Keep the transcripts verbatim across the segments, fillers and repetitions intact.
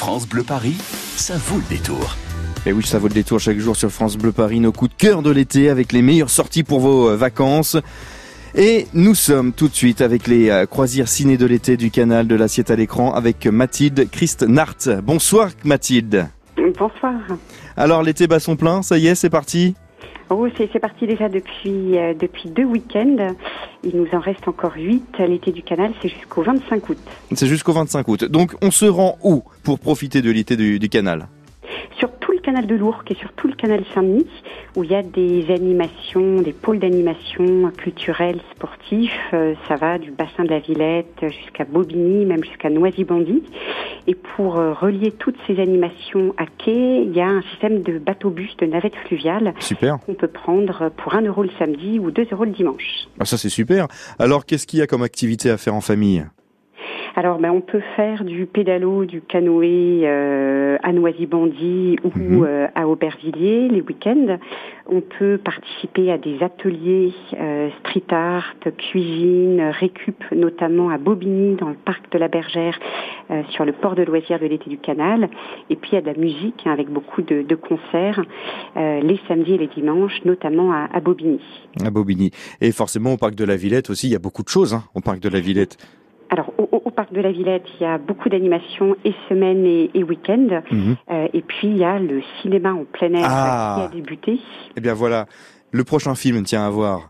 France Bleu Paris, ça vaut le détour. Et oui, ça vaut le détour chaque jour sur France Bleu Paris, nos coups de cœur de l'été avec les meilleures sorties pour vos vacances. Et nous sommes tout de suite avec les croisières ciné de l'été du canal de l'Assiette à l'écran avec Mathilde Christ-Nart. Bonsoir Mathilde. Bonsoir. Alors l'été bat son plein, ça y est, c'est parti ? Oh, c'est, c'est parti déjà depuis, euh, depuis deux week-ends. Il nous en reste encore huit. L'été du canal, c'est jusqu'au vingt-cinq août. C'est jusqu'au vingt-cinq août. Donc on se rend où pour profiter de l'été du, du canal ? Sur tout le canal de l'Ourcq et sur tout le canal Saint-Denis, où il y a des animations, des pôles d'animation culturels, sportifs. Euh, ça va du bassin de la Villette jusqu'à Bobigny, même jusqu'à Noisy-Bondy. Et pour euh, relier toutes ces animations à quai, il y a un système de bateau-bus, de navette fluviale. Super. Qu'on peut prendre pour un euro le samedi ou deux euros le dimanche. Ah, ça c'est super. Alors qu'est-ce qu'il y a comme activité à faire en famille ? Alors, ben, on peut faire du pédalo, du canoë euh, à Noisy-Bondy ou mmh. euh, à Aubervilliers les week-ends. On peut participer à des ateliers euh, street art, cuisine, récup, notamment à Bobigny, dans le parc de la Bergère, euh, sur le port de loisirs de l'été du canal. Et puis, il y a de la musique hein, avec beaucoup de, de concerts euh, les samedis et les dimanches, notamment à, à Bobigny. À Bobigny. Et forcément, au parc de la Villette aussi, il y a beaucoup de choses hein, au parc de la Villette. Alors, au, au parc de la Villette, il y a beaucoup d'animations et semaines et, et week-ends. Mmh. Euh, et puis, il y a le cinéma en plein air ah. qui a débuté. Eh bien, voilà. Le prochain film, tiens à voir.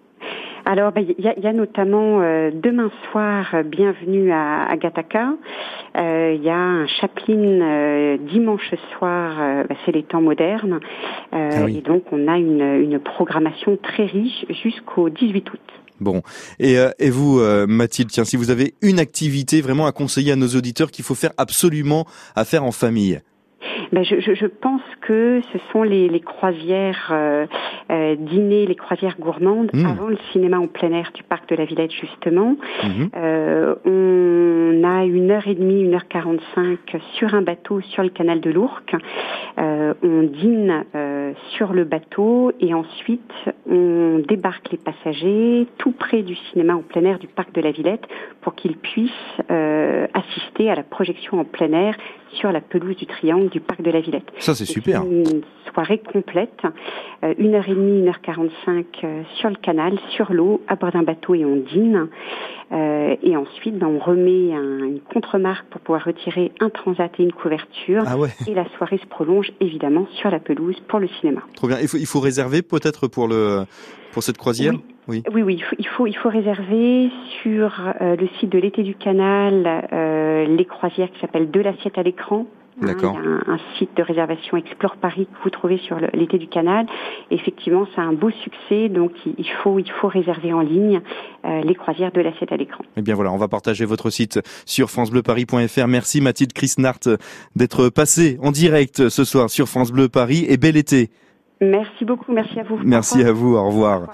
Alors, ben, il y, y a notamment euh, demain soir, euh, Bienvenue à, à Gattaca. Il euh, y a un Chaplin euh, dimanche soir, euh, ben, c'est les temps modernes. Euh, ah oui. Et donc, on a une, une programmation très riche jusqu'au dix-huit août. Bon, et, euh, et vous, euh, Mathilde, tiens, si vous avez une activité vraiment à conseiller à nos auditeurs qu'il faut faire absolument à faire en famille. Ben je, je, je pense que ce sont les, les croisières euh, euh, dîner, les croisières gourmandes mmh. avant le cinéma en plein air du parc de la Villette justement. Mmh. Euh, on a une heure et demie, une heure quarante-cinq sur un bateau sur le canal de l'Ourcq. Euh, on dîne euh, sur le bateau et ensuite on débarque les passagers tout près du cinéma en plein air du parc de la Villette pour qu'ils puissent euh, assister à la projection en plein air sur la pelouse du Triangle du parc de la Villette. Ça c'est super. C'est une soirée complète, euh, une heure et demie, une heure quarante-cinq euh, sur le canal, sur l'eau, à bord d'un bateau et on dîne. Euh, et ensuite, ben, on remet un, une contre-marque pour pouvoir retirer un transat et une couverture. Ah ouais. Et la soirée se prolonge évidemment sur la pelouse pour le cinéma. Trop bien. Il faut, il faut réserver peut-être pour le pour cette croisière. Oui. Oui, oui, oui, il faut, il faut, il faut réserver sur euh, le site de l'été du canal euh, les croisières qui s'appellent De l'Assiette à l'écran. D'accord. Hein, il y a un, un site de réservation Explore Paris que vous trouvez sur le, l'été du canal. Et effectivement, c'est un beau succès, donc il faut, il faut réserver en ligne euh, les croisières De l'Assiette à l'écran. Eh bien voilà, on va partager votre site sur francebleu paris point f r. Merci Mathilde Christ-Nart d'être passée en direct ce soir sur France Bleu Paris et bel été. Merci beaucoup, merci à vous. Merci à vous, au revoir.